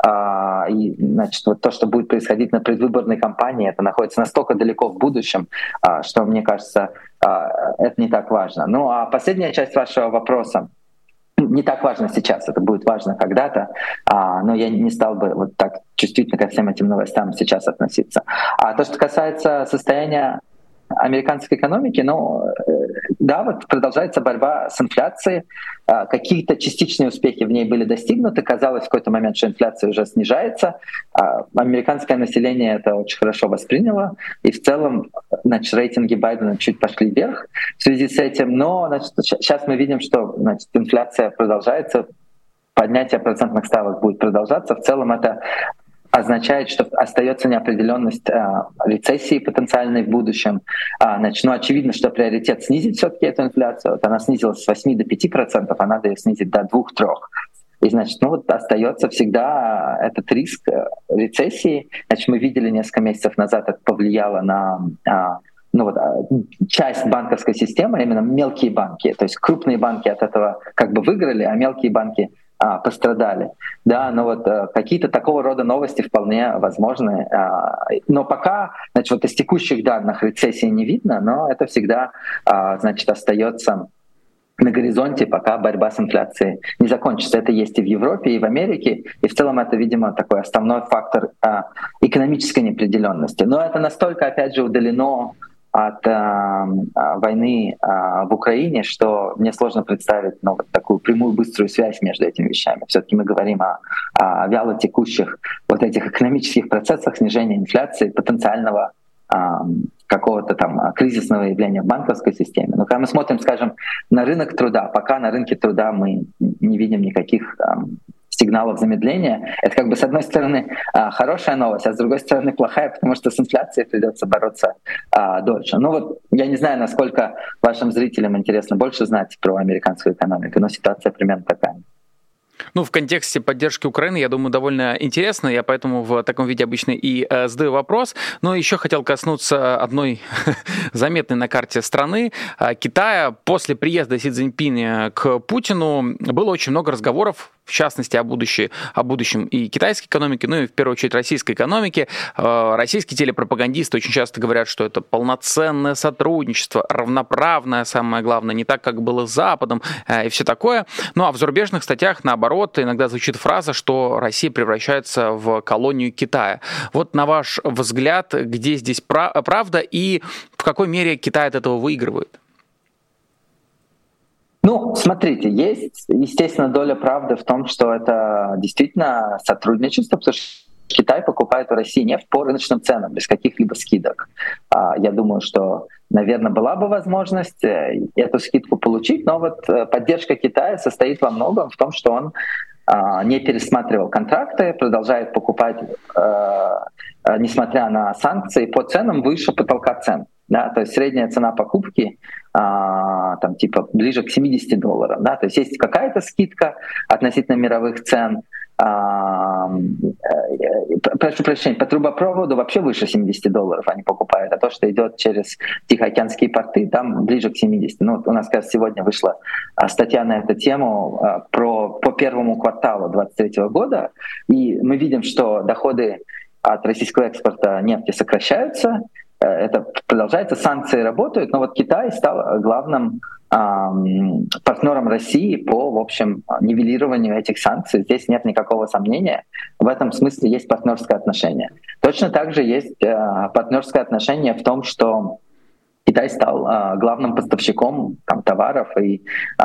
А, и значит, вот то, что будет происходить на предвыборной кампании, это находится настолько далеко в будущем, а, что, мне кажется, а, это не так важно. Ну а последняя часть вашего вопроса. Не так важно сейчас, это будет важно когда-то, а, но я не стал бы вот так чувствительно ко всем этим новостям сейчас относиться. А то, что касается состояния американской экономики, ну, да, вот продолжается борьба с инфляцией. Какие-то частичные успехи в ней были достигнуты. Казалось в какой-то момент, что инфляция уже снижается. Американское население это очень хорошо восприняло. И в целом, значит, рейтинги Байдена чуть пошли вверх в связи с этим. Но, значит, сейчас мы видим, что, значит, инфляция продолжается, поднятие процентных ставок будет продолжаться. В целом это означает, что остается неопределенность а, рецессии потенциальной в будущем. А, значит, ну, очевидно, что приоритет снизить все-таки эту инфляцию. Вот она снизилась с восьми до пяти процентов, а надо ее снизить до двух-трех. И, значит, ну вот остается всегда этот риск рецессии. Значит, мы видели несколько месяцев назад, это повлияло на а, ну вот, часть банковской системы, именно мелкие банки. То есть крупные банки от этого как бы выиграли, а мелкие банки А, пострадали. Да, но вот а, какие-то такого рода новости вполне возможны. А, но пока, значит, вот из текущих данных рецессии не видно, но это всегда, а, значит, остается на горизонте, пока борьба с инфляцией не закончится. Это есть и в Европе, и в Америке, и в целом это, видимо, такой основной фактор а, экономической неопределенности. Но это настолько, опять же, удалено от э, войны э, в Украине, что мне сложно представить ну, вот такую прямую быструю связь между этими вещами. Все-таки мы говорим о, о вяло текущих вот этих экономических процессах снижения инфляции, потенциального э, какого-то там кризисного явления в банковской системе. Но когда мы смотрим, скажем, на рынок труда, пока на рынке труда мы не видим никаких э, сигналов замедления. Это как бы с одной стороны хорошая новость, а с другой стороны плохая, потому что с инфляцией придется бороться а, дольше. Ну вот я не знаю, насколько вашим зрителям интересно больше знать про американскую экономику, но ситуация примерно такая. Ну, в контексте поддержки Украины, я думаю, довольно интересно. Я поэтому в таком виде обычно и э, задаю вопрос. Но еще хотел коснуться одной заметной на карте страны, Китая. После приезда Си Цзиньпиня к Путину было очень много разговоров, в частности, о, будущем, о будущем и китайской экономики, ну и в первую очередь российской экономики. Российские телепропагандисты очень часто говорят, что это полноценное сотрудничество, равноправное, самое главное, не так, как было с Западом и все такое. Ну а в зарубежных статьях, наоборот, иногда звучит фраза, что Россия превращается в колонию Китая. Вот на ваш взгляд, где здесь правда и в какой мере Китай от этого выигрывает? Ну, смотрите, есть, естественно, доля правды в том, что это действительно сотрудничество, потому что Китай покупает у России нефть по рыночным ценам, без каких-либо скидок. Я думаю, что, наверное, была бы возможность эту скидку получить, но вот поддержка Китая состоит во многом в том, что он не пересматривал контракты, продолжает покупать, несмотря на санкции, по ценам выше потолка цен. Да, то есть средняя цена покупки а, там типа ближе к семидесяти долларам. Да, то есть есть какая-то скидка относительно мировых цен, а, прошу прощения, по трубопроводу вообще выше семьдесят долларов они покупают, а то, что идет через Тихоокеанские порты, там ближе к семидесяти. Ну, у нас, кажется, сегодня вышла статья на эту тему про, по первому кварталу двадцать третьего года, и мы видим, что доходы от российского экспорта нефти сокращаются, это продолжается, санкции работают, но вот Китай стал главным эм, партнером России по, в общем, нивелированию этих санкций. Здесь нет никакого сомнения. В этом смысле есть партнерское отношение. Точно так же есть э, партнерское отношение в том, что Китай стал э, главным поставщиком там, товаров и,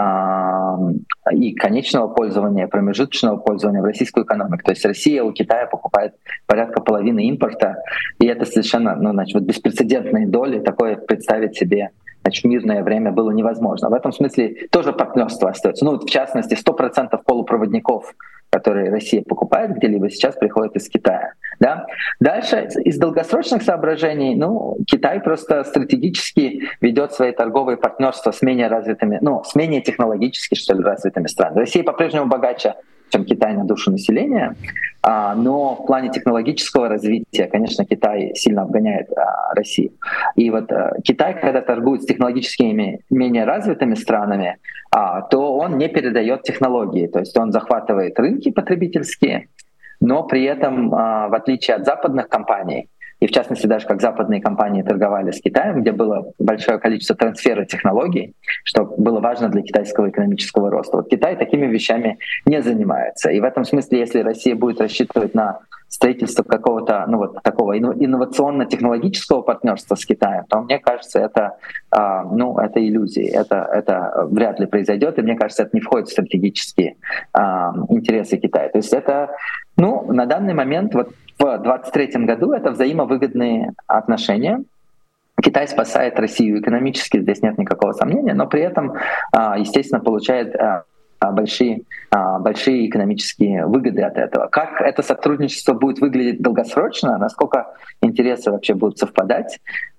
э, и конечного пользования, промежуточного пользования в российскую экономику. То есть Россия у Китая покупает порядка половины импорта, и это совершенно ну, значит, вот беспрецедентные доли, такое представить себе значит, в мирное время было невозможно. В этом смысле тоже партнерство остается. Ну, вот, в частности, сто процентов полупроводников, которые Россия покупает где-либо, сейчас приходят из Китая. Да? Дальше, из долгосрочных соображений, ну, Китай просто стратегически ведет свои торговые партнерства с менее развитыми, ну, с менее технологически, что ли, развитыми странами. Россия по-прежнему богаче, чем Китай на душу населения, а, но в плане технологического развития, конечно, Китай сильно обгоняет а, Россию. И вот а, Китай, когда торгует с технологическими менее развитыми странами, а, то он не передает технологии, то есть он захватывает рынки потребительские, но при этом, а, в отличие от западных компаний, и в частности даже как западные компании торговали с Китаем, где было большое количество трансфера технологий, что было важно для китайского экономического роста. Вот Китай такими вещами не занимается. И в этом смысле, если Россия будет рассчитывать на строительство какого-то ну, вот, такого инновационно-технологического партнерства с Китаем, то мне кажется, это, а, ну, это иллюзии, это, это вряд ли произойдет, и мне кажется, это не входит в стратегические а, интересы Китая. То есть это, ну, на данный момент, вот в двадцать третьем году это взаимовыгодные отношения. Китай спасает Россию экономически, здесь нет никакого сомнения, но при этом, естественно, получает большие, большие экономические выгоды от этого. Как это сотрудничество будет выглядеть долгосрочно, насколько интересы вообще будут совпадать,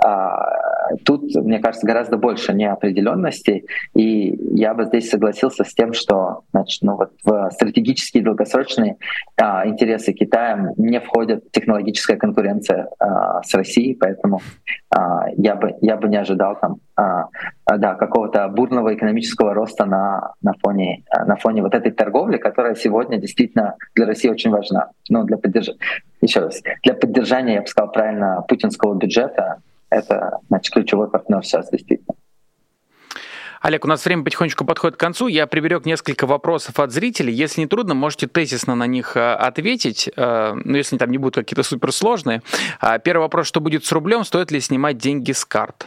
тут, мне кажется, гораздо больше неопределенности, и я бы здесь согласился с тем, что значит, ну вот в стратегические долгосрочные а, интересы Китая не входит технологическая конкуренция а, с Россией, поэтому а, я, бы, я бы не ожидал там, а, да, какого-то бурного экономического роста на, на, фоне, на фоне вот этой торговли, которая сегодня действительно для России очень важна. Ну, для поддержания, еще раз, для поддержания, я бы сказал правильно, путинского бюджета. Это, значит, ключевой партнер сейчас действительно. Олег, у нас время потихонечку подходит к концу. Я приберег несколько вопросов от зрителей. Если не трудно, можете тезисно на них ответить, ну, если там не будут какие-то суперсложные. Первый вопрос, что будет с рублем? Стоит ли снимать деньги с карт?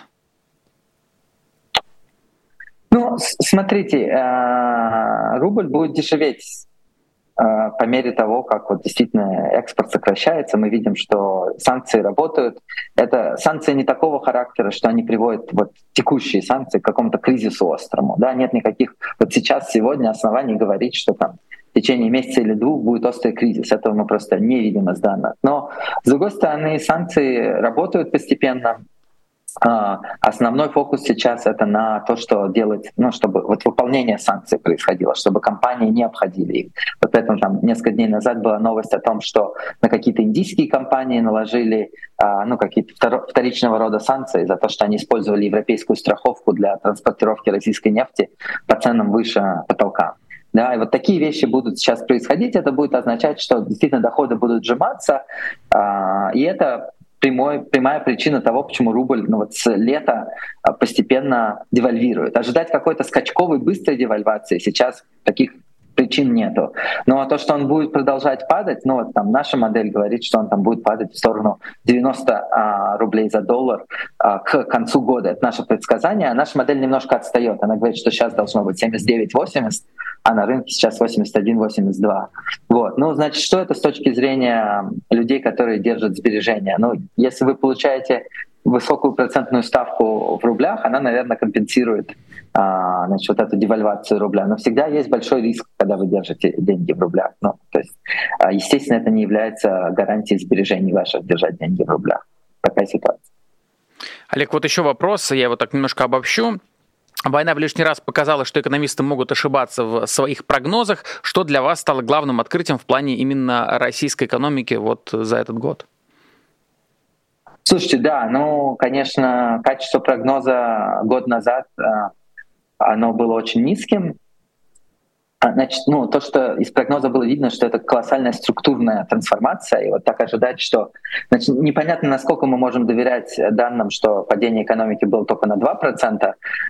Ну, смотрите, рубль будет дешеветь по мере того, как вот действительно экспорт сокращается. Мы видим, что санкции работают. Это санкции не такого характера, что они приводят вот текущие санкции к какому-то кризису острому. Да, нет никаких вот сейчас, сегодня оснований говорить, что там в течение месяца или двух будет острый кризис. Этого мы просто не видим из данных. Но, с другой стороны, санкции работают постепенно. Основной фокус сейчас это на то, что делать, ну, чтобы вот выполнение санкций происходило, чтобы компании не обходили их. Вот поэтому там несколько дней назад была новость о том, что на какие-то индийские компании наложили ну, какие-то вторичного рода санкции за то, что они использовали европейскую страховку для транспортировки российской нефти по ценам выше потолка. Да, и вот такие вещи будут сейчас происходить. Это будет означать, что действительно доходы будут сжиматься, и это Прямой, прямая причина того, почему рубль ну, вот с лета постепенно девальвирует. Ожидать какой-то скачковой быстрой девальвации сейчас таких причин нету. Но то, что он будет продолжать падать, ну вот там наша модель говорит, что он там будет падать в сторону девяносто а, рублей за доллар а, к концу года. Это наше предсказание. А наша модель немножко отстает. Она говорит, что сейчас должно быть семьдесят девять восемьдесят, а на рынке сейчас восемьдесят один восемьдесят два. Вот. Ну, значит, что это с точки зрения людей, которые держат сбережения? Ну, если вы получаете высокую процентную ставку в рублях, она, наверное, компенсирует а, значит, вот эту девальвацию рубля. Но всегда есть большой риск, когда вы держите деньги в рублях. Ну, то есть, а, естественно, это не является гарантией сбережений ваших держать деньги в рублях. Такая ситуация. Олег, вот еще вопрос, я его так немножко обобщу. Война в лишний раз показала, что экономисты могут ошибаться в своих прогнозах. Что для вас стало главным открытием в плане именно российской экономики вот за этот год? Слушайте, да, ну, конечно, качество прогноза год назад, оно было очень низким. Значит, ну, то, что из прогноза было видно, что это колоссальная структурная трансформация, и вот так ожидать, что... Значит, непонятно, насколько мы можем доверять данным, что падение экономики было только на два процента,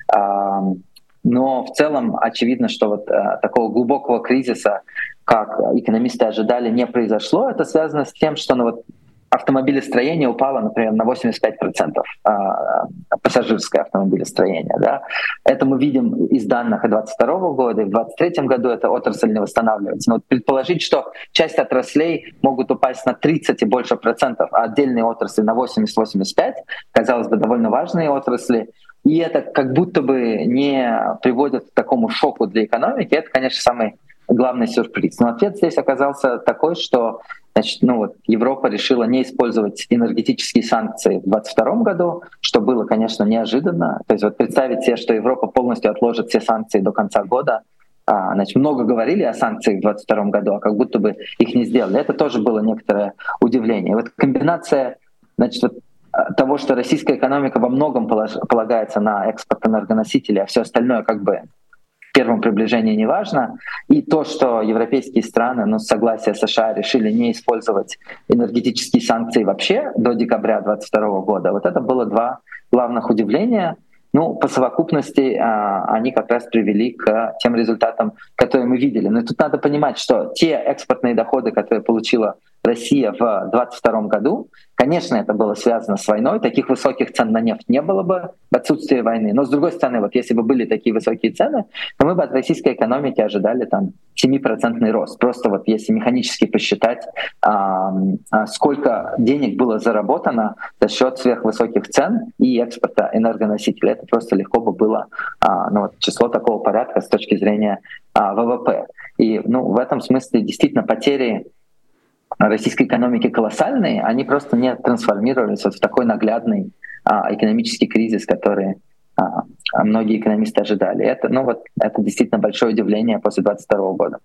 но в целом очевидно, что вот такого глубокого кризиса, как экономисты ожидали, не произошло. Это связано с тем, что ну, вот, автомобилестроение упало, например, на восемьдесят пять процентов, пассажирское автомобилестроение. Да? Это мы видим из данных двадцать второго года, и в двадцать третьем году эта отрасль не восстанавливается. Но вот предположить, что часть отраслей могут упасть на тридцать и больше процентов, а отдельные отрасли на восемьдесят-восемьдесят пять, казалось бы, довольно важные отрасли, и это как будто бы не приводит к такому шоку для экономики, это, конечно, самый главный сюрприз. Но ответ здесь оказался такой, что значит, ну вот, Европа решила не использовать энергетические санкции в двадцать втором году, что было, конечно, неожиданно. То есть вот представить себе, что Европа полностью отложит все санкции до конца года. А, значит, много говорили о санкциях в двадцать втором году, а как будто бы их не сделали. Это тоже было некоторое удивление. Вот комбинация, значит, вот, того, что российская экономика во многом полагается на экспорт энергоносителей, а все остальное как бы в первом приближении не важно, и то, что европейские страны, ну, с согласия США решили не использовать энергетические санкции вообще до декабря двадцать второго года, вот это было два главных удивления. Ну, по совокупности а, они как раз привели к тем результатам, которые мы видели. Но тут надо понимать, что те экспортные доходы, которые получила Россия в двадцать втором году, конечно, это было связано с войной. Таких высоких цен на нефть не было бы в отсутствии войны. Но, с другой стороны, вот если бы были такие высокие цены, то мы бы от российской экономики ожидали там семипроцентный рост. Просто вот если механически посчитать, а, а, сколько денег было заработано за счет сверхвысоких цен и экспорта энергоносителей, это просто легко бы было а, ну, вот, число такого порядка с точки зрения а, ВВП. И ну, в этом смысле действительно потери российской экономики колоссальные, они просто не трансформировались вот в такой наглядный а, экономический кризис, который а, многие экономисты ожидали. Это, ну, вот, это действительно большое удивление после двадцать второго года.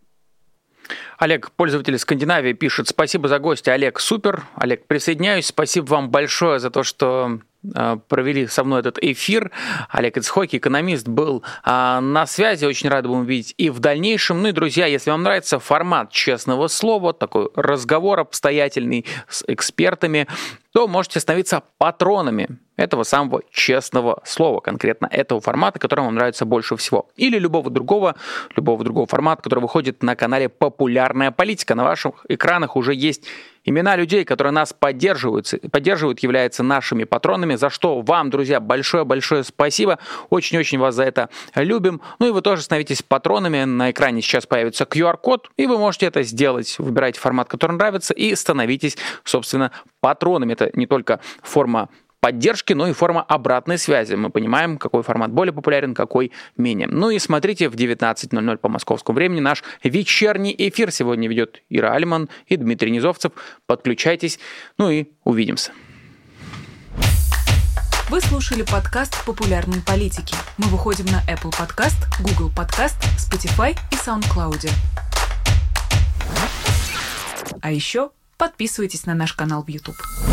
Олег, пользователь Скандинавии, пишет: спасибо за гостя, Олег, супер. Олег, присоединяюсь. Спасибо вам большое за то, что провели со мной этот эфир. Олег Ицхоки, экономист, был а, на связи. Очень рад будем видеть и в дальнейшем. Ну и, друзья, если вам нравится формат честного слова, такой разговор обстоятельный с экспертами, то можете становиться патронами этого самого честного слова, конкретно этого формата, который вам нравится больше всего. Или любого другого, любого другого формата, который выходит на канале «Популярная политика». На ваших экранах уже есть имена людей, которые нас поддерживают, поддерживают, являются нашими патронами, за что вам, друзья, большое-большое спасибо. Очень-очень вас за это любим. Ну и вы тоже становитесь патронами. На экране сейчас появится ку ар-код, и вы можете это сделать. Выбирайте формат, который нравится, и становитесь, собственно, патронами. Это не только форма поддержки, но и форма обратной связи. Мы понимаем, какой формат более популярен, какой менее. Ну и смотрите в девятнадцать ноль ноль по московскому времени наш вечерний эфир. Сегодня ведет Ира Альман и Дмитрий Низовцев. Подключайтесь, ну и увидимся. Вы слушали подкаст «Популярные политики». Мы выходим на Apple Podcast, Google Podcast, Spotify и SoundCloud. А еще подписывайтесь на наш канал в YouTube.